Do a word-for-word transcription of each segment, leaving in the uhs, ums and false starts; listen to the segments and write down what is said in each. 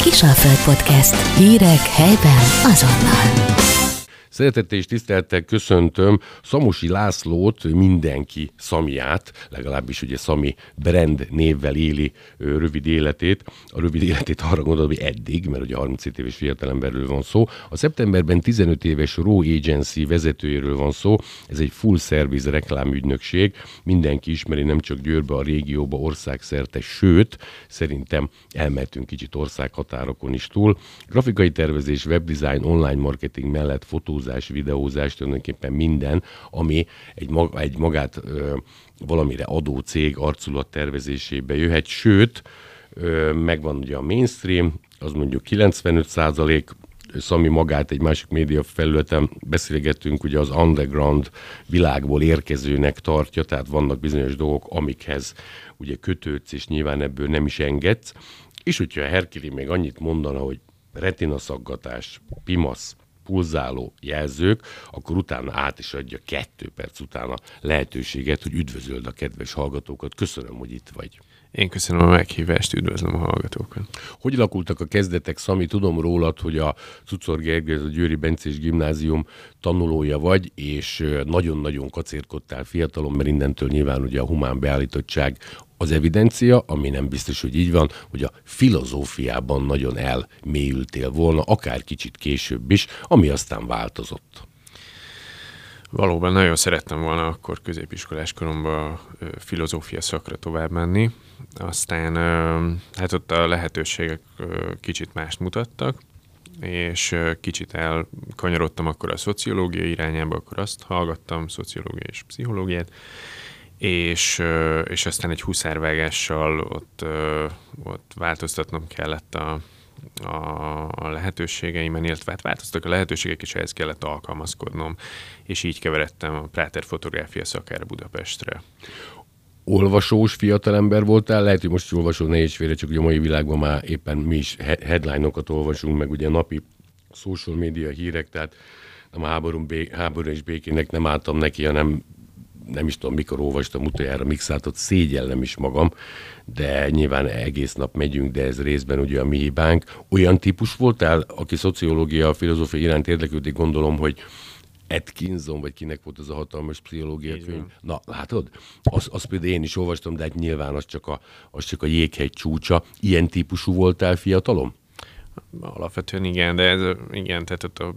Kisalföld Podcast. Hírek helyben azonnal. Szeretettel és tisztelettel köszöntöm Szamosi Lászlót, mindenki Szamiát, legalábbis ugye Szami brand névvel éli ö, rövid életét. A rövid életét arra gondolom, hogy eddig, mert ugye harminchét éves fiatalemberről van szó. A szeptemberben tizenöt éves Raw Agency vezetőjéről van szó. Ez egy full service reklámügynökség. Mindenki ismeri, nem csak Győrbe, a régióba, országszerte, sőt, szerintem elmehetünk kicsit országhatárokon is túl. Grafikai tervezés, webdesign, online marketing mellett fotózás, videózás, tulajdonképpen minden, ami egy, mag, egy magát ö, valamire adó cég arculat tervezésébe jöhet, sőt, ö, megvan ugye a mainstream, az mondjuk kilencvenöt százalék, Szami magát egy másik média felületen beszélgettünk, ugye az underground világból érkezőnek tartja, tehát vannak bizonyos dolgok, amikhez ugye kötődsz, és nyilván ebből nem is engedsz, és hogyha a Herkili még annyit mondana, hogy retinaszaggatás, pimasz, pulzáló jelzők, akkor utána át is adja kettő perc után a lehetőséget, hogy üdvözöld a kedves hallgatókat. Köszönöm, hogy itt vagy. Én köszönöm a meghívást, üdvözlöm a hallgatókat. Hogy alakultak a kezdetek, Szami? Tudom rólad, hogy a Czuczor Gergely, a Győri Bencés Gimnázium tanulója vagy, és nagyon-nagyon kacérkodtál fiatalon, mert innentől nyilván ugye a humán beállítottság az evidencia, ami nem biztos, hogy így van, hogy a filozófiában nagyon elmélyültél volna, akár kicsit később is, ami aztán változott. Valóban nagyon szerettem volna akkor középiskolás koromban filozófia szakra tovább menni, aztán hát ott a lehetőségek kicsit mást mutattak, és kicsit elkanyarodtam akkor a szociológia irányába, akkor azt hallgattam, szociológia és pszichológiát, és, és aztán egy huszárvágással ott, ott változtatnom kellett a, a, a lehetőségeimen, illetve hát változtak a lehetőségek, és ehhez kellett alkalmazkodnom, és így keveredtem a Práter fotográfia szakára Budapestre. Olvasós fiatalember voltál, lehet, hogy most is olvasó nehéz félre, csak ugye a mai világban már éppen mi is headline-okat olvasunk, meg ugye napi social media hírek, tehát nem a háború, háború és békének nem álltam neki, hanem nem is tudom, mikor olvastam utoljára Mixátot, szégyellem is magam, de nyilván egész nap megyünk, de ez részben ugye a mi hibánk. Olyan típus voltál, aki szociológia, filozófia iránt érdeklődik, gondolom, hogy Atkinson, vagy kinek volt az a hatalmas pszichológia könyv. Na, látod? Azt, azt például én is olvastam, de hát nyilván az csak, a, az csak a jéghegy csúcsa. Ilyen típusú voltál fiatalom? Alapvetően igen, de ez, igen, tehát ott a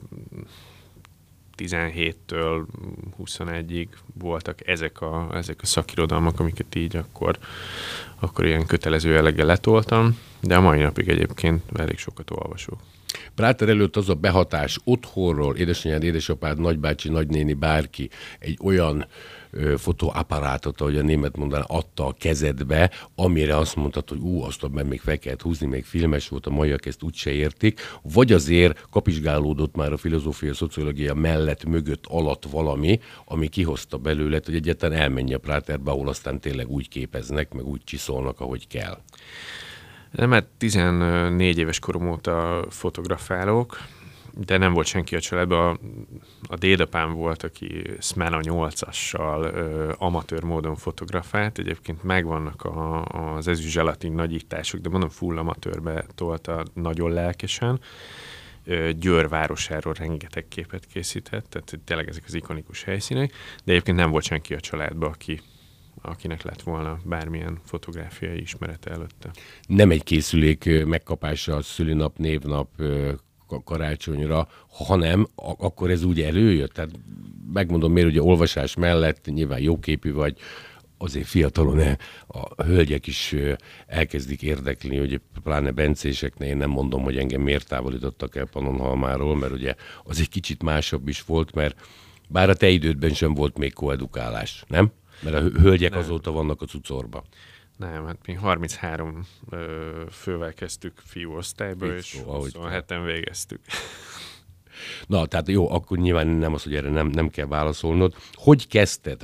tizenhéttől huszonegyig voltak ezek a, ezek a szakirodalmak, amiket így akkor, akkor ilyen kötelező jelleggel letoltam, de a mai napig egyébként elég sokat olvasok. Práter előtt az a behatás otthonról, édesanyád, édesapád, nagybácsi, nagynéni, bárki egy olyan ö, fotóapparátot, ahogy a német mondaná, adta a kezedbe, amire azt mondtad, hogy ú, azt abban még fel kellett húzni, még filmes volt, a maiak ezt úgyse értik, vagy azért kapizsgálódott már a filozófia, a szociológia mellett, mögött, alatt valami, ami kihozta belőle, hogy egyáltalán elmenj a Práterbe, ahol aztán tényleg úgy képeznek, meg úgy csiszolnak, ahogy kell. Nem, hát tizennégy éves korom óta fotografálok, de nem volt senki a családban. A, a dédapám volt, aki Smena nyolcassal ö, amatőr módon fotografált. Egyébként megvannak a, az ezüst zselatin nagyítások, de mondom, full amatőrbe tolta nagyon lelkesen. Ö, Győr városáról rengeteg képet készített, tehát tényleg ezek az ikonikus helyszínek, de egyébként nem volt senki a családban, aki akinek lett volna bármilyen fotográfiai ismerete előtte. Nem egy készülék megkapása a szülinap, névnap, karácsonyra, hanem akkor ez úgy előjött. Tehát megmondom, miért ugye olvasás mellett nyilván jóképű vagy, azért fiatalon a hölgyek is elkezdik érdekli, hogy pláne bencéseknél én nem mondom, hogy engem miért távolítottak el Pannonhalmáról, mert ugye az egy kicsit másabb is volt, mert bár a te idődben sem volt még koedukálás, nem? Mert a hölgyek nem. Azóta vannak a cucorba. Nem, hát mi harminchárom ö, fővel kezdtük fiúosztályba, és huszonheten végeztük. Na, tehát jó, akkor nyilván nem az, hogy erre nem, nem kell válaszolnod. Hogy kezdted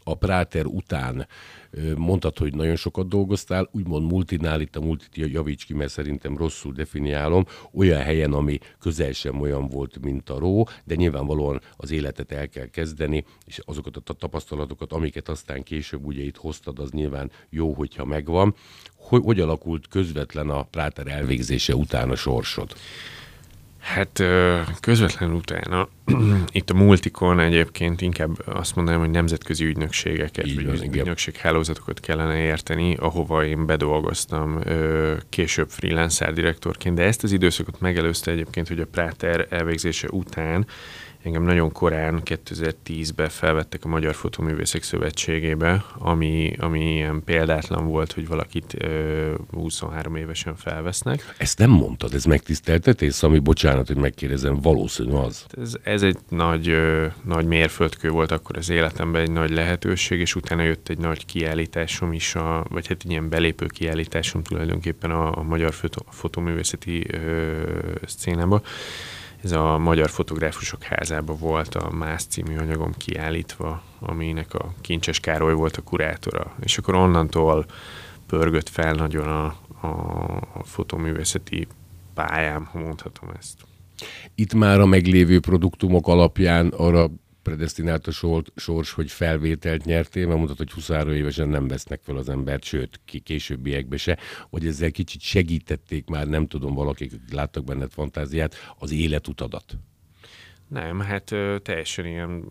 a Práter után mondtad, hogy nagyon sokat dolgoztál, úgymond multinál, itt a multit javíts ki, mert szerintem rosszul definiálom, olyan helyen, ami közel sem olyan volt, mint a Ró, de nyilvánvalóan az életet el kell kezdeni, és azokat a tapasztalatokat, amiket aztán később ugye itt hoztad, az nyilván jó, hogyha megvan. Hogy, hogy alakult közvetlen a Práter elvégzése után a sorsod? Hát közvetlenül utána, itt a multikon egyébként inkább azt mondanám, hogy nemzetközi ügynökségeket, Így vagy van, ügynökséghálózatokat kellene érteni, ahova én bedolgoztam később freelancer direktorként, de ezt az időszakot megelőzte egyébként, hogy a Práter elvégzése után engem nagyon korán, kétezer-tízben felvettek a Magyar Fotóművészek Szövetségébe, ami, ami ilyen példátlan volt, hogy valakit ö, huszonhárom évesen felvesznek. Ezt nem mondtad, ez megtiszteltetés, Szami, bocsánat, hogy megkérdezem, valószínű az. Ez, ez egy nagy, ö, nagy mérföldkő volt akkor az életemben, egy nagy lehetőség, és utána jött egy nagy kiállításom is, a, vagy hát egy ilyen belépő kiállításom tulajdonképpen a, a magyar fotó, fotóművészeti ö, szcénába. Ez a Magyar Fotográfusok Házában volt a Mász című anyagom kiállítva, aminek a Kincses Károly volt a kurátora. És akkor onnantól pörgött fel nagyon a, a, a fotóművészeti pályám, ha mondhatom ezt. Itt már a meglévő produktumok alapján arra predesztinált a sors, hogy felvételt nyertél, mert mondtad, hogy huszonhárom évesen nem vesznek fel az embert, sőt, ki későbbiekbe se, hogy ezzel kicsit segítették már, nem tudom, valakik, akik láttak benned fantáziát, az életutadat. Nem, hát ö, teljesen ilyen...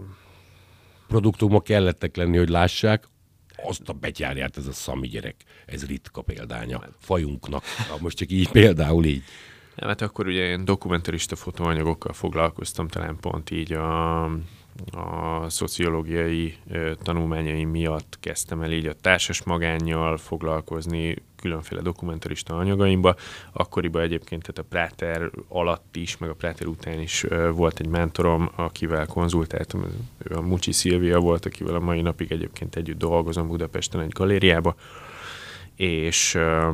Produktumok kellettek lenni, hogy lássák, azt a betyárját, ez a Szami gyerek, ez ritka példánya fajunknak. Most csak így például így. Nem, hát akkor ugye én dokumentarista fotóanyagokkal foglalkoztam, talán pont így a, a szociológiai ö, tanulmányaim miatt kezdtem el így a társas magánnyal foglalkozni különféle dokumentarista anyagaimba. Akkoriban egyébként tehát a Práter alatt is, meg a Práter után is ö, volt egy mentorom, akivel konzultáltam. Ő a Mucsi Szilvia volt, akivel a mai napig egyébként együtt dolgozom Budapesten egy galériába. És... Ö,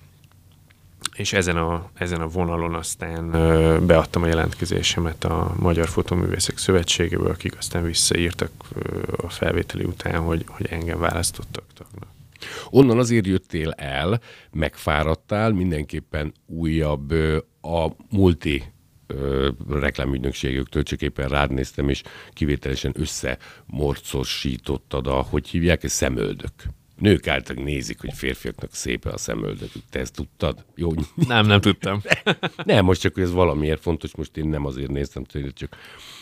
és ezen a, ezen a vonalon aztán ö, beadtam a jelentkezésemet a Magyar Fotóművészek Szövetségéből, akik aztán visszaírtak ö, a felvételi után, hogy, hogy engem választottak tagnak. Onnan azért jöttél el, megfáradtál, mindenképpen újabb ö, a multi ö, reklámügynökségektől, csak éppen rád néztem, és kivételesen összemorcosítottad a, hogy hívják, ez szemöldök. Nők általában nézik, hogy férfiaknak szépen a szemöldökük. Te ezt tudtad? Jó. Nem, nem tudtam. Nem, most csak, hogy ez valamiért fontos, most én nem azért néztem, csak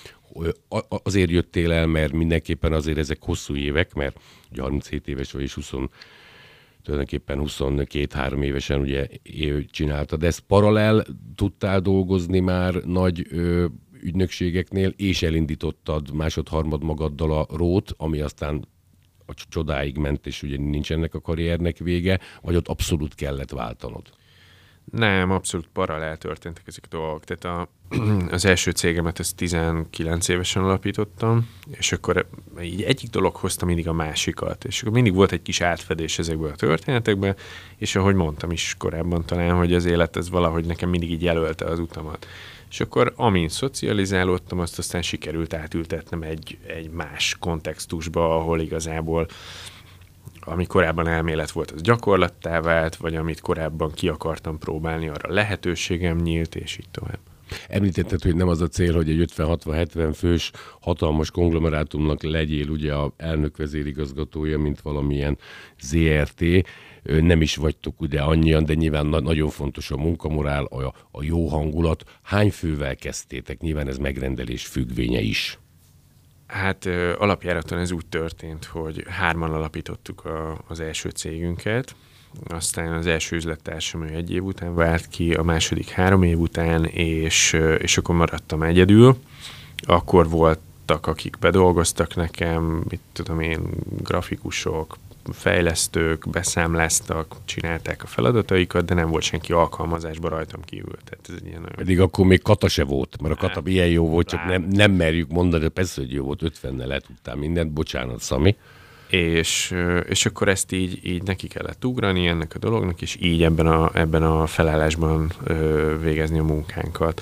azért jöttél el, mert mindenképpen azért ezek hosszú évek, mert ugye harminchét éves vagy, és húsz, tulajdonképpen huszonkettő-három évesen ugye csináltad. De ezt paralel tudtál dolgozni már nagy ö, ügynökségeknél, és elindítottad másod-harmad magaddal a Rót, ami aztán a csodáig ment, és ugye nincs ennek a karriernek vége, vagy ott abszolút kellett váltanod? Nem, abszolút paralel történtek ezek a dolgok. Tehát a, az első cégemet ezt tizenkilenc évesen alapítottam, és akkor így egyik dolog hozta mindig a másikat, és akkor mindig volt egy kis átfedés ezekből a történetekben, és ahogy mondtam is korábban talán, hogy az élet ez valahogy nekem mindig így jelölte az utamat. És akkor amint szocializálódtam, azt aztán sikerült átültetnem egy, egy más kontextusba, ahol igazából ami korábban elmélet volt, az gyakorlattá vált, vagy amit korábban ki akartam próbálni, arra lehetőségem nyílt, és így tovább. Említetted, hogy nem az a cél, hogy egy ötven-hatvan-hetven fős hatalmas konglomerátumnak legyél ugye a elnök vezérigazgatója, mint valamilyen zé er té. Nem is vagytok ugye annyian, de nyilván na- nagyon fontos a munkamorál, a, a jó hangulat. Hány fővel kezdtétek? Nyilván ez megrendelés függvénye is. Hát ö, alapjáraton ez úgy történt, hogy hárman alapítottuk a, az első cégünket, aztán az első üzlettársam ő egy év után vált ki, a második három év után, és, és akkor maradtam egyedül. Akkor voltak, akik bedolgoztak nekem, mit tudom én, grafikusok, fejlesztők, beszámláztak, csinálták a feladataikat, de nem volt senki alkalmazásban rajtam kívül. Tehát ez egy ilyen nagyon... Pedig akkor még Kata se volt, mert a Kata Nem. ilyen jó volt, csak nem, nem merjük mondani, de persze, hogy jó volt, ötvennel le tudtál mindent, bocsánat, Szami. És, és akkor ezt így, így neki kellett ugrani ennek a dolognak, és így ebben a, ebben a felállásban ö, végezni a munkánkat.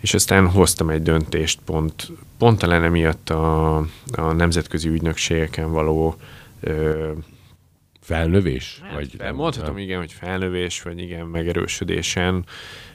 És aztán hoztam egy döntést pont, pont talán emiatt a, a nemzetközi ügynökségeken való ö, felnövés? Hát, vagy fel, mondhatom igen, hogy felnövés, vagy igen, megerősödésen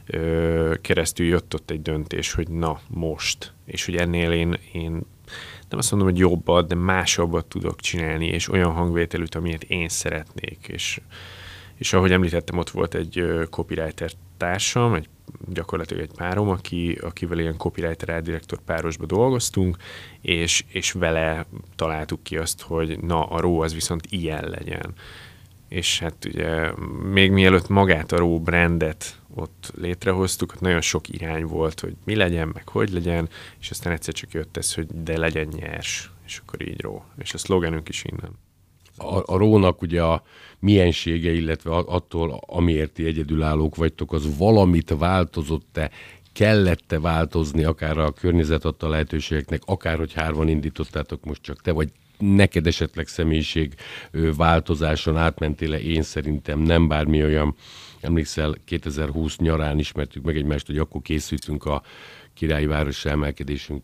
ö, keresztül jött ott egy döntés, hogy na, most. És hogy ennél én, én nem azt mondom, hogy jobbat, de másabbat tudok csinálni, és olyan hangvételűt, amilyet én szeretnék. És, és ahogy említettem, ott volt egy ö, copywriter társam, egy, gyakorlatilag egy párom, aki, akivel ilyen copywriter árdirektor párosba dolgoztunk, és, és vele találtuk ki azt, hogy na, a Raw az viszont ilyen legyen. És hát ugye még mielőtt magát a Raw brandet ott létrehoztuk, ott nagyon sok irány volt, hogy mi legyen, meg hogy legyen, és aztán egyszer csak jött ez, hogy de legyen nyers, és akkor így Raw. És a szlogenünk is innen. A, a Raw-nak ugye a miensége, illetve attól, amiért ti egyedülállók vagytok, az valamit változott-e, kellett-e változni, akár a környezet adta lehetőségeknek, akár hogy hárman indítottátok most csak te, vagy neked esetleg személyiség változáson átmentél-e? Én szerintem nem, bármi olyan. Emlékszel, kétezer-húsz nyarán ismertük meg egymást, hogy akkor készültünk a Királyi Város emelkedésünk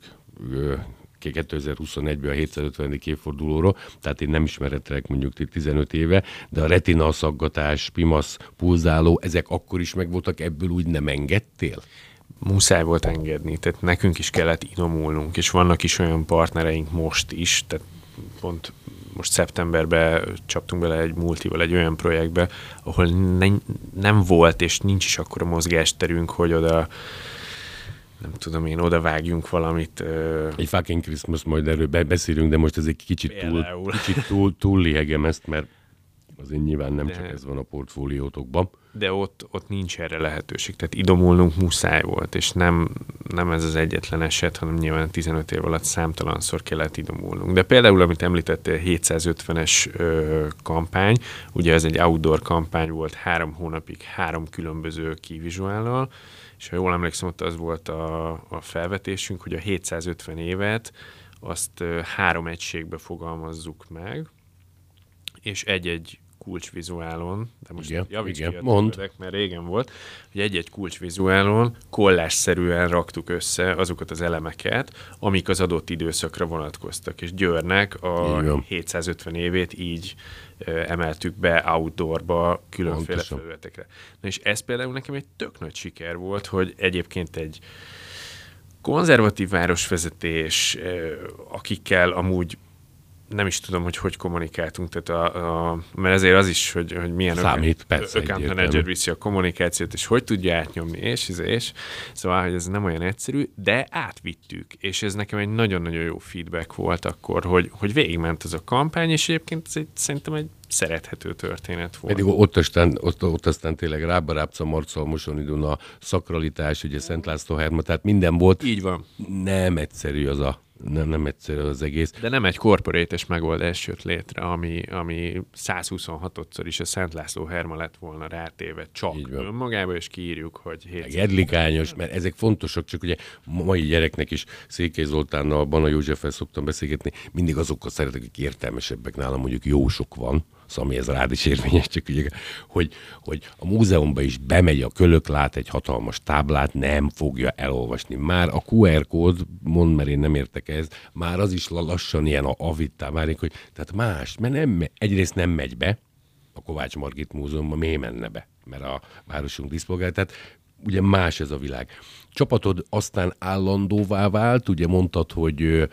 kétezer-huszonegyben a hétszázötvenedik évfordulóra, tehát én nem ismerettelek mondjuk tizenöt éve, de a retina szaggatás, pimasz, pulzáló, ezek akkor is megvoltak, ebből úgy nem engedtél? Muszáj volt engedni, tehát nekünk is kellett inomulnunk, és vannak is olyan partnereink most is, tehát pont most szeptemberben csaptunk bele egy multival egy olyan projektbe, ahol ne, nem volt, és nincs is akkora mozgásterünk, hogy oda nem tudom én, oda vágjunk valamit. Uh... Egy fucking Christmas, majd erről beszélünk, de most ez egy kicsit túl, kicsit túl, túl liegem ezt, mert azért nyilván nem de... csak ez van a portfóliótokban. De ott, ott nincs erre lehetőség, tehát idomulnunk muszáj volt, és nem, nem ez az egyetlen eset, hanem nyilván tizenöt év alatt számtalanszor kellett idomulnunk. De például, amit említettél, hétszázötvenes ö, kampány, ugye ez egy outdoor kampány volt, három hónapig, három különböző keyvisuállal, és ha jól emlékszem, ott az volt a, a felvetésünk, hogy a hétszázötven évet azt ö, három egységbe fogalmazzuk meg, és egy-egy kulcsvizuálon, de most igen, javíts igen, ki a mond. tőledek, mert régen volt, hogy egy-egy kulcsvizuálon kollásszerűen raktuk össze azokat az elemeket, amik az adott időszakra vonatkoztak, és Győrnek a hétszázötven évét így ö, emeltük be outdoorba, különféle Pontosan. felületekre. Na és ez például nekem egy tök nagy siker volt, hogy egyébként egy konzervatív városvezetés, ö, akikkel amúgy nem is tudom, hogy hogy kommunikáltunk, tehát a, a, mert ezért az is, hogy, hogy milyen Számít, persze, account manager viszi a kommunikációt, és hogy tudja átnyomni, és, és, és. Szóval, hogy ez nem olyan egyszerű, de átvittük, és ez nekem egy nagyon-nagyon jó feedback volt akkor, hogy, hogy végigment az a kampány, és egyébként ez egy, szerintem egy szerethető történet volt. Pedig ott aztán, ott, ott aztán tényleg Rába-Rábca, Marccal, Mosonidon a szakralitás, ugye Szent László Herma, tehát minden volt. Így van. Nem egyszerű az a Nem, nem egyszerű az egész. De nem egy korporétes megoldás jött létre, ami, ami százhuszonhatodszor is a Szent László Herma lett volna rátéve csak önmagába, és kiírjuk, hogy hétszer. Edlikányos, mert ezek fontosak, csak ugye mai gyereknek is Székely Zoltánnal, Bana Józseffel szoktam beszélgetni, mindig azokkal szeretek, akik értelmesebbek, nálam mondjuk jó sok van, Szami, ez rád is érvényes, csak ugye, hogy, hogy a múzeumban is bemegy a kölök, lát egy hatalmas táblát, nem fogja elolvasni. Már a kú er kód, mondd, mert én nem értek ehhez, már az is lassan ilyen a avittá válik, hogy tehát más, mert nem, egyrészt nem megy be a Kovács Margit Múzeumban, miért menne be? Mert a városunk díszpolgár, tehát ugye más ez a világ. Csapatod aztán állandóvá vált, ugye mondtad, hogy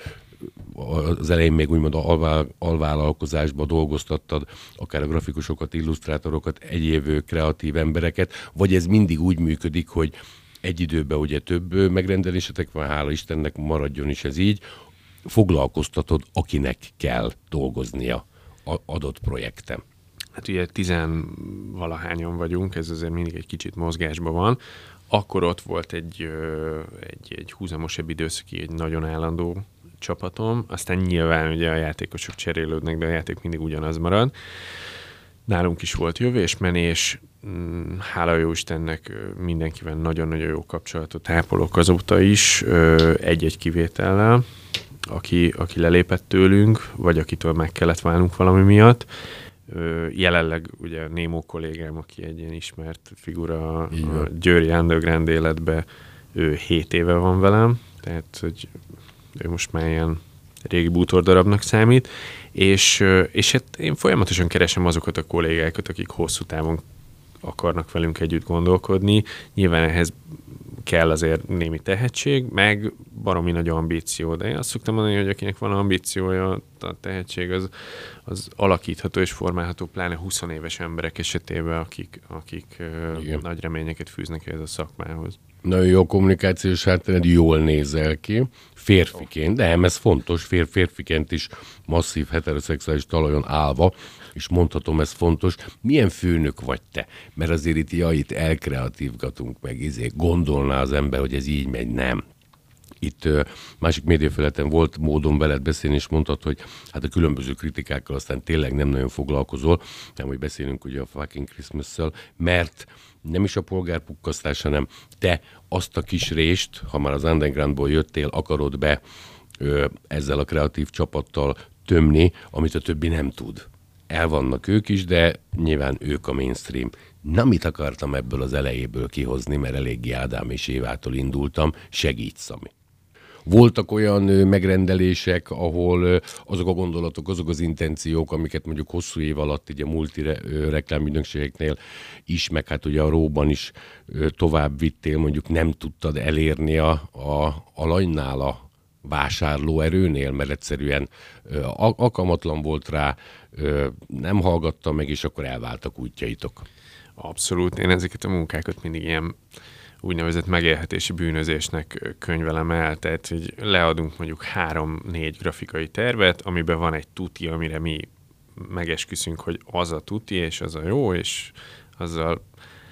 az elején még úgymond alvál, alvállalkozásban dolgoztattad akár a grafikusokat, illusztrátorokat, egyéb kreatív embereket, vagy ez mindig úgy működik, hogy egy időben ugye több megrendelésetek van, hála Istennek, maradjon is ez így, foglalkoztatod, akinek kell dolgoznia adott projekten. Hát ugye tizenvalahányan vagyunk, ez azért mindig egy kicsit mozgásban van. Akkor ott volt egy, egy, egy húzamosabb időszaki, egy nagyon állandó csapatom, aztán nyilván ugye a játékosok cserélődnek, de a játék mindig ugyanaz marad. Nálunk is volt jövés-menés, hála jó Istennek mindenkivel nagyon-nagyon jó kapcsolatot ápolok azóta is, egy-egy kivétellel, aki, aki lelépett tőlünk, vagy akitől meg kellett válnunk valami miatt. Jelenleg ugye Némó kollégám, aki egy ilyen ismert figura a Győri Underground életbe, ő hét éve van velem, tehát hogy ő most már ilyen régi bútordarabnak számít, és, és hát én folyamatosan keresem azokat a kollégákat, akik hosszú távon akarnak velünk együtt gondolkodni. Nyilván ehhez kell azért némi tehetség, meg baromi nagy ambíció, de én azt szoktam mondani, hogy akinek van ambíciója, a tehetség az, az alakítható és formálható, pláne húsz éves emberek esetében, akik, akik nagy reményeket fűznek ez a szakmához. Nagyon jó kommunikációs háttered, jól nézel ki, férfiként, de nem, ez fontos, fér, férfiként is masszív heteroszexuális talajon állva, és mondhatom, ez fontos. Milyen főnök vagy te? Mert azért itt, ja, itt elkreatívgatunk meg, izé, gondolná az ember, hogy ez így megy, nem. Itt uh, másik médiafelületen volt módon veled beszélni, és mondtad, hogy hát a különböző kritikákkal aztán tényleg nem nagyon foglalkozol, nem, hogy beszélünk ugye a Fucking Christmas-szal, mert nem is a polgárpukkasztás, hanem te azt a kis rést, ha már az undergroundból jöttél, akarod be ö, ezzel a kreatív csapattal tömni, amit a többi nem tud. El vannak ők is, de nyilván ők a mainstream. Na, mit akartam ebből az elejéből kihozni, mert eléggé Ádám és Évától indultam, segíts, Szami. Voltak olyan ö, megrendelések, ö, azok a gondolatok, azok az intenciók, amiket mondjuk hosszú év alatt ugye multi ö, reklámügynökségeknél is, meg hát ugye a Róban is ö, tovább vittél, mondjuk nem tudtad elérni a, a alanynál a vásárlóerőnél, mert egyszerűen ö, alkalmatlan volt rá, ö, nem hallgatta meg, és akkor elváltak útjaitok. Abszolút. Én ezeket a munkákat mindig ilyen úgynevezett megélhetési bűnözésnek könyvelem el, tehát hogy leadunk mondjuk három-négy grafikai tervet, amiben van egy tuti, amire mi megesküszünk, hogy az a tuti, és az a jó, és azzal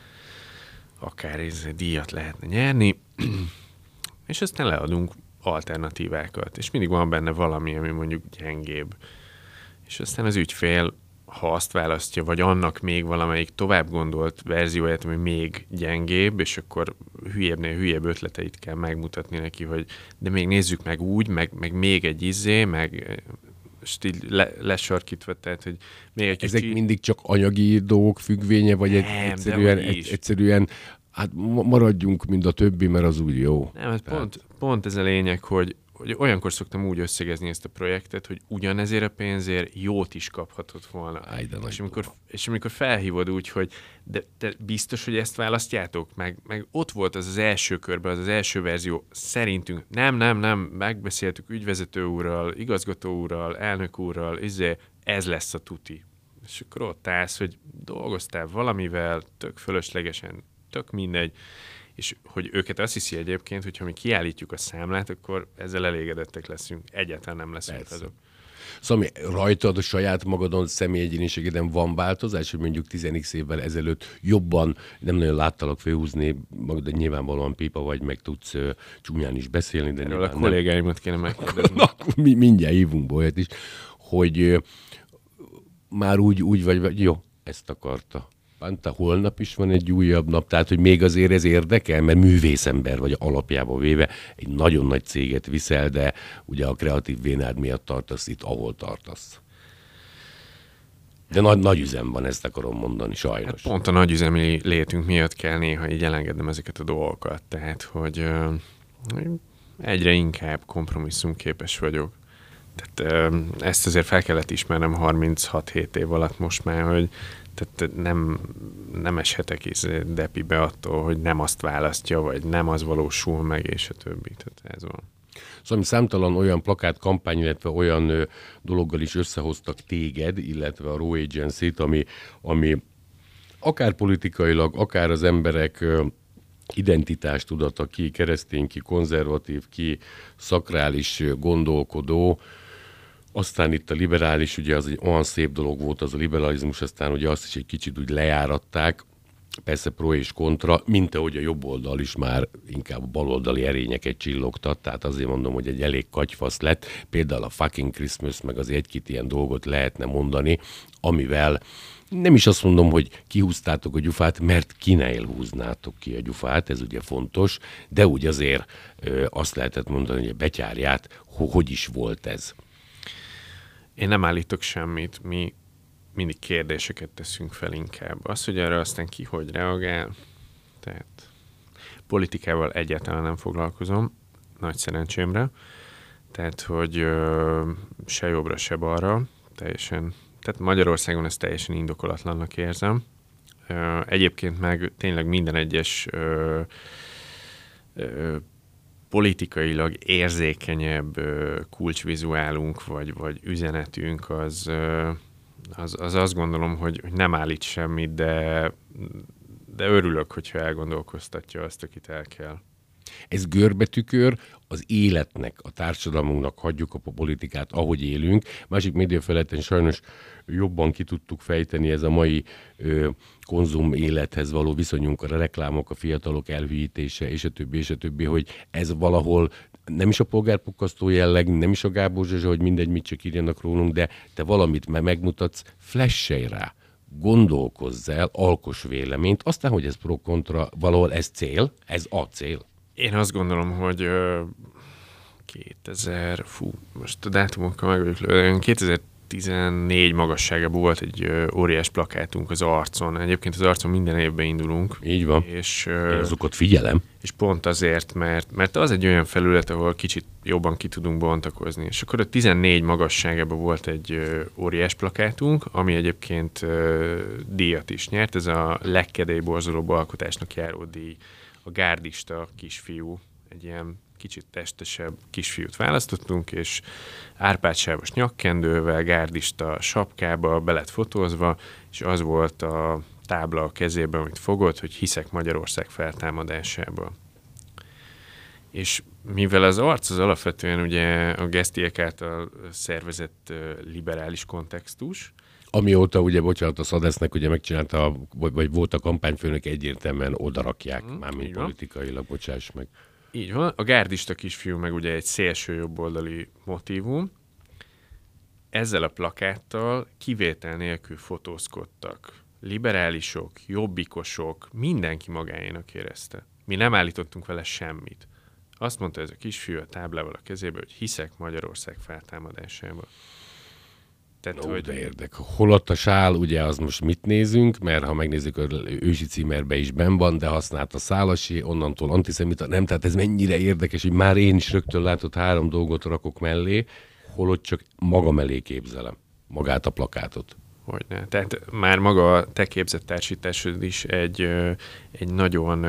akár ez díjat lehetne nyerni, és aztán leadunk alternatívákat, és mindig van benne valami, ami mondjuk gyengébb. És aztán az ügyfél, ha azt választja, vagy annak még valamelyik tovább gondolt verzióját, ami még gyengébb, és akkor hülyébbnél hülyébb ötleteit kell megmutatni neki, hogy de még nézzük meg úgy, meg, meg még egy izé, meg stíl le, lesarkítva, tehát, hogy még egy Ezek kicsi... mindig csak anyagi dolgok függvénye, vagy Nem, egyszerűen, egy, egyszerűen hát maradjunk, mint a többi, mert az úgy jó. Nem, hát Tehát... pont, pont ez a lényeg, hogy, hogy olyankor szoktam úgy összegezni ezt a projektet, hogy ugyanezért a pénzért jót is kaphatott volna. Áj, és, amikor, és amikor felhívod úgy, hogy de te biztos, hogy ezt választjátok? Meg, meg ott volt az az első körben, az az első verzió, szerintünk nem, nem, nem, megbeszéltük ügyvezető úrral, igazgató úrral, elnök úrral, izé, ez lesz a tuti. És akkor ott állsz, hogy dolgoztál valamivel, tök fölöslegesen, tök mindegy, és hogy őket azt hiszi egyébként, hogy ha mi kiállítjuk a számlát, akkor ezzel elégedettek leszünk. Egyáltalán nem leszünk Persze. azok. Szóval rajtad a saját magadon személyegyéniségeden van változás, hogy mondjuk tíz évvel ezelőtt jobban nem nagyon láttalak főhúzni, de nyilvánvalóan pipa vagy, meg tudsz uh, csúnyán is beszélni. De erről a kollégáimat kéne megkérdezni. Na, mi, mindjárt hívunk olyat is, hogy uh, már úgy, úgy vagy, vagy, jó, ezt akarta. Panta, holnap is van egy újabb nap, tehát hogy még azért ez érdekel, mert művészember vagy alapjában véve egy nagyon nagy céget viszel, de ugye a kreatív vénád miatt tartasz itt, ahol tartasz. De nagy, nagy üzem van, ezt akarom mondani, sajnos. Hát pont a nagy üzemi létünk miatt kell néha így elengednem ezeket a dolgokat, tehát hogy ö, egyre inkább kompromisszumképes vagyok. Tehát ö, ezt azért fel kellett ismernem harminchat-hét év alatt most már, hogy tehát nem, nem eshetek is depibe attól, hogy nem azt választja, vagy nem az valósul meg, és a többi. Tehát ez van. Szóval számtalan olyan plakátkampány, illetve olyan ö, dologgal is összehoztak téged, illetve a Raw Agency-t, ami, ami akár politikailag, akár az emberek ö, identitástudata, ki keresztény, ki konzervatív, ki szakrális ö, gondolkodó, aztán itt a liberális, ugye az egy olyan szép dolog volt az a liberalizmus, aztán ugye azt is egy kicsit úgy lejáratták, persze pro és kontra, mint ahogy a jobb oldal is már inkább a baloldali erényeket csillogtat, tehát azért mondom, hogy egy elég katyfasz lett, például a Fucking Christmas, meg az egy-két ilyen dolgot lehetne mondani, amivel nem is azt mondom, hogy kihúztátok a gyufát, mert kinél húznátok ki a gyufát, ez ugye fontos, de úgy azért ö, azt lehetett mondani, hogy a betyárját, hogy is volt ez. Én nem állítok semmit, mi mindig kérdéseket teszünk fel inkább. Az, hogy erre aztán ki hogy reagál, tehát politikával egyáltalán nem foglalkozom, nagy szerencsémre. Tehát, hogy ö, se jobbra, se balra, teljesen, tehát Magyarországon ezt teljesen indokolatlannak érzem. Ö, egyébként meg tényleg minden egyes ö, ö, politikailag érzékenyebb ö, kulcsvizuálunk, vagy, vagy üzenetünk, az, ö, az, az azt gondolom, hogy, hogy nem állít semmit, de, de örülök, hogyha elgondolkoztatja azt, akit el kell. Ez görbetükör, az életnek, a társadalmunknak hagyjuk a politikát, ahogy élünk. Másik médiafelületen sajnos jobban ki tudtuk fejteni ez a mai ö, konzum élethez való viszonyunkkal, a reklámok, a fiatalok elhűítése, és a többi, és a többi, hogy ez valahol nem is a polgárpukkasztó jelleg, nem is a Gábor Zsuzsa, hogy mindegy, mit csak írjanak rólunk, de te valamit már megmutatsz, flashelj rá, gondolkozz el, alkos véleményt, aztán, hogy ez pro-kontra, valahol ez cél, ez a cél. Én azt gondolom, hogy ö, kétezer, fú, most a dátumokkal meg vagyok lőve, kétezer-tizennégy magasságában volt egy ö, óriás plakátunk az arcon. Egyébként az arcon minden évben indulunk. Így van. És, ö, Én azokat figyelem. És pont azért, mert, mert az egy olyan felület, ahol kicsit jobban ki tudunk bontakozni. És akkor a tizennégy magasságában volt egy ö, óriás plakátunk, ami egyébként ö, díjat is nyert. Ez a legkedélyborzolóbb alkotásnak járó díj. A gárdista kisfiú, egy ilyen kicsit testesebb kisfiút választottunk, és árpádsávos nyakkendővel, gárdista sapkába be lett fotózva, és az volt a tábla a kezében, amit fogott, hogy hiszek Magyarország feltámadásába. És mivel az arc az alapvetően ugye a Gesztiek által szervezett liberális kontextus, Amióta ugye, bocsánat, a Szadesznek ugye megcsinálta, vagy, vagy volt a kampányfőnök, egyértelműen odarakják, mm, mármint politikailag, bocsáss meg. Így van. A gárdista kisfiú meg ugye egy szélső jobboldali motívum. Ezzel a plakáttal kivétel nélkül fotózkodtak. Liberálisok, jobbikosok, mindenki magáénak érezte. Mi nem állítottunk vele semmit. Azt mondta ez a kisfiú a táblával a kezébe, hogy hiszek Magyarország feltámadásába. Tehát, no, hogy... de érdek. Holott a sál, ugye az most mit nézünk, mert ha megnézzük, az ősi címerbe is benn van, de használt a Szálasi, onnantól antiszemita, nem, tehát ez mennyire érdekes, hogy már én is rögtön látott három dolgot rakok mellé, holott csak magam elé képzelem magát a plakátot. Hogyne. Tehát már maga a te képzett társításod is egy, egy nagyon...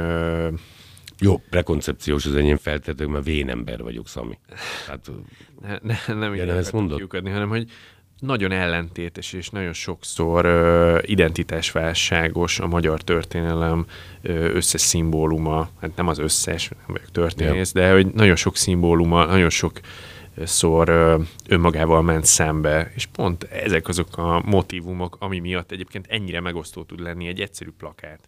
Jó, prekoncepciós az enyém feltető, mert vénember vagyok, Szami. Tehát, ne, ne, nem így ezt mondod? Kiukadni, hanem hogy nagyon ellentétes és nagyon sokszor ö, identitásválságos a magyar történelem ö, összes szimbóluma, hát nem az összes, nem vagyok történész, ja. De hogy nagyon sok szimbóluma, nagyon sok szor ö, önmagával ment szembe, és pont ezek azok a motívumok, ami miatt egyébként ennyire megosztó tud lenni egy egyszerű plakát.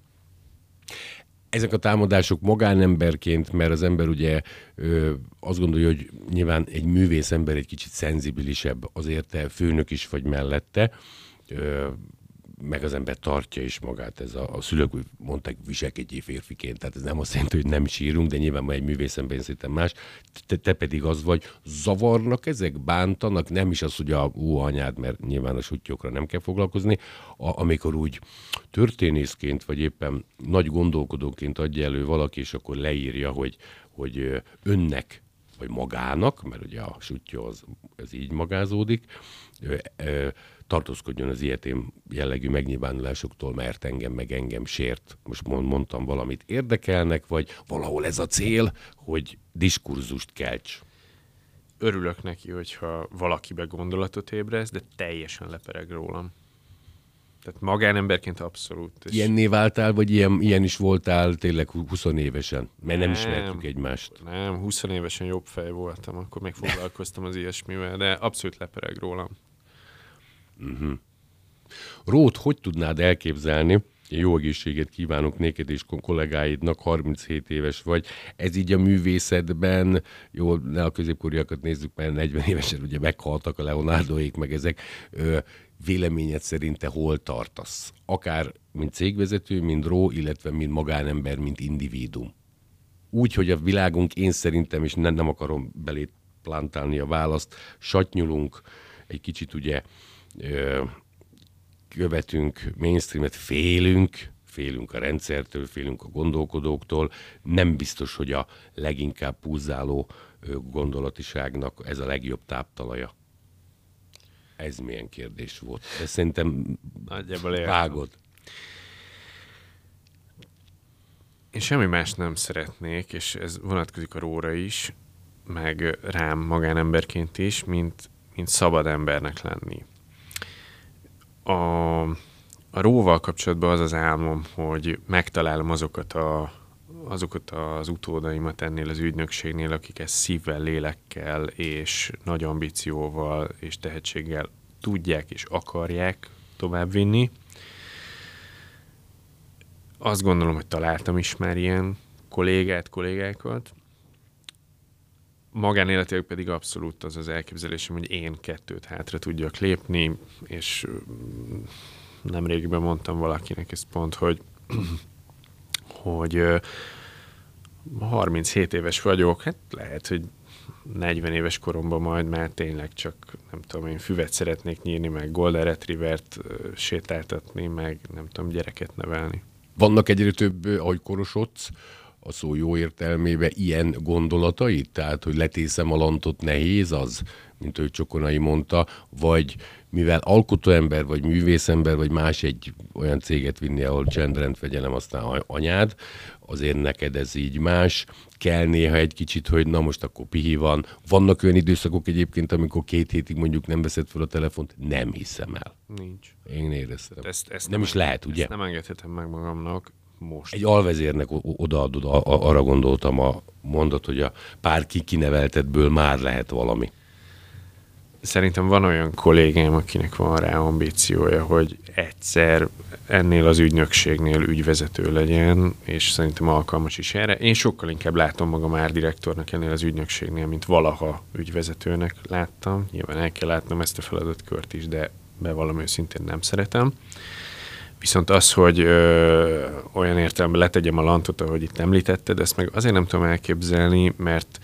Ezek a támadások magánemberként, mert az ember ugye ö, azt gondolja, hogy nyilván egy művész ember egy kicsit szenzibilisebb, azért te főnök is vagy mellette, ö, meg az ember tartja is magát. Ez a, a szülők mondták, viselkedjél férfiként, tehát ez nem azt jelenti, hogy nem sírunk, de nyilván ma egy művész ember szerintem más. Te, te pedig az vagy, zavarnak ezek, bántanak, nem is az, hogy a ú, anyád, mert nyilván a sutyokra nem kell foglalkozni, a, amikor úgy történészként, vagy éppen nagy gondolkodóként adja elő valaki, és akkor leírja, hogy, hogy önnek, vagy magának, mert ugye a sutyó az, az így magázódik, ö, ö, tartózkodjon az ilyetén jellegű megnyilvánulásoktól, mert engem meg engem sért. Most mondtam valamit érdekelnek, vagy valahol ez a cél, hogy diskurzust kelts. Örülök neki, hogyha valakibe gondolatot ébresz, de teljesen lepereg rólam. Tehát magánemberként abszolút. És... Ilyenné váltál, vagy ilyen, ilyen is voltál tényleg húsz évesen? Mert nem, nem ismertük egymást. Nem, húsz évesen jobb fej voltam, akkor még foglalkoztam az ilyesmivel, de abszolút lepereg rólam. Uh-huh. Rót, hogy tudnád elképzelni, jó egészséget kívánok néked és kollégáidnak, harminchét éves vagy, ez így a művészetben, jó, ne a középkoriakat nézzük, mert negyven évesen ugye meghaltak a Leonardoék, meg ezek, ö, véleményed szerint te hol tartasz? Akár mint cégvezető, mint Ró, illetve mint magánember, mint individuum. Úgy, hogy a világunk én szerintem, és nem, nem akarom belét plantálni a választ, satnyulunk, egy kicsit ugye követünk mainstreamet, félünk, félünk a rendszertől, félünk a gondolkodóktól. Nem biztos, hogy a leginkább pulzáló gondolatiságnak ez a legjobb táptalaja. Ez milyen kérdés volt? De szerintem vágod. Én semmi más nem szeretnék, és ez vonatkozik a Róra is, meg rám magánemberként is, mint, mint szabad embernek lenni. A, a Róval kapcsolatban az az álmom, hogy megtalálom azokat, a, azokat az utódaimat ennél az ügynökségnél, akik ezt szívvel, lélekkel és nagy ambícióval és tehetséggel tudják és akarják továbbvinni. Azt gondolom, hogy találtam is már ilyen kollégát, kollégákat. Magánéletek pedig abszolút az az elképzelésem, hogy én kettőt hátra tudjak lépni, és nemrégiben mondtam valakinek ezt pont, hogy, hogy harminchét éves vagyok, hát lehet, hogy negyven éves koromban majd már tényleg csak, nem tudom, én füvet szeretnék nyírni, meg Golden Retrievert sétáltatni, meg nem tudom, gyereket nevelni. Vannak egyre több, ahogy korosodsz, a szó jó értelmében ilyen gondolatait? Tehát, hogy letészem a lantot, nehéz az, mint ő Csokonai mondta, vagy mivel alkotóember, vagy művészember, vagy más egy olyan céget vinni, ahol csendrend fegyelem, aztán anyád, azért neked ez így más. Kell néha egy kicsit, hogy na most akkor pihi van. Vannak olyan időszakok egyébként, amikor két hétig mondjuk nem veszed fel a telefont, nem hiszem el. Nincs. Én éreztem. Ezt, ezt nem, nem is lehet, ugye? Ezt nem engedhetem meg magamnak most. Egy alvezérnek odaadod, arra gondoltam a mondat, hogy a pár kikineveltedből már lehet valami. Szerintem van olyan kollégám, akinek van rá ambíciója, hogy egyszer ennél az ügynökségnél ügyvezető legyen, és szerintem alkalmas is erre. Én sokkal inkább látom magam árdirektornak ennél az ügynökségnél, mint valaha ügyvezetőnek láttam. Nyilván el kell látnom ezt a feladatkört is, de bevallom őszintén nem szeretem. Viszont az, hogy ö, olyan értelemben letegyem a lantot, ahogy itt említetted, ezt meg azért nem tudom elképzelni, mert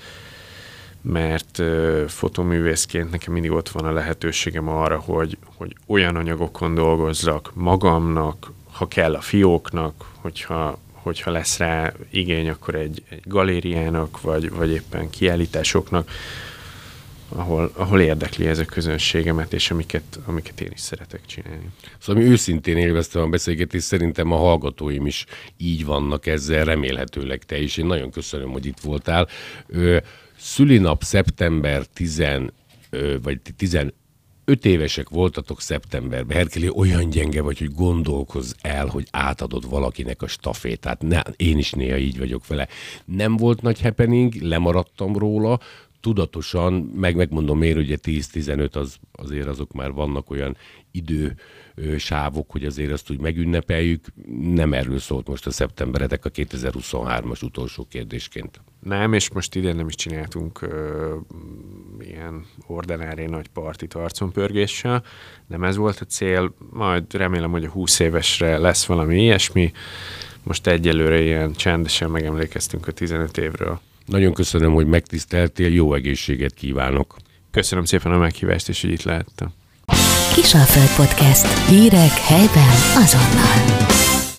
mert uh, fotoművészként nekem mindig ott van a lehetőségem arra, hogy, hogy olyan anyagokon dolgozzak magamnak, ha kell a fióknak, hogyha, hogyha lesz rá igény, akkor egy, egy galériának, vagy, vagy éppen kiállításoknak, ahol, ahol érdekli ez a közönségemet, és amiket, amiket én is szeretek csinálni. Szóval mi őszintén élveztem a beszélgetést, szerintem a hallgatóim is így vannak ezzel, remélhetőleg te is. Én nagyon köszönöm, hogy itt voltál. Ö, Szülinap szeptember tíz, vagy tizenöt évesek voltatok szeptemberben. Herkeli, olyan gyenge vagy, hogy gondolkozz el, hogy átadod valakinek a stafétát. Ne, én is néha így vagyok vele. Nem volt nagy happening, lemaradtam róla, tudatosan, meg megmondom miért, ugye tíz-tizenöt az, azért azok már vannak olyan idősávok, hogy azért azt úgy megünnepeljük. Nem erről szólt most a szeptemberetek a kétezer-huszonhármas utolsó kérdésként. Nem, és most idén nem is csináltunk ö, ilyen ordinári nagy partit arconpörgéssel. Nem ez volt a cél, majd remélem, hogy a húsz évesre lesz valami ilyesmi. Most egyelőre ilyen csendesen megemlékeztünk a tizenöt évről. Nagyon köszönöm, hogy megtiszteltél, jó egészséget kívánok. Köszönöm szépen a meghívást, és hogy itt lehettem. Kisalföld Podcast. Hírek helyben azonnal.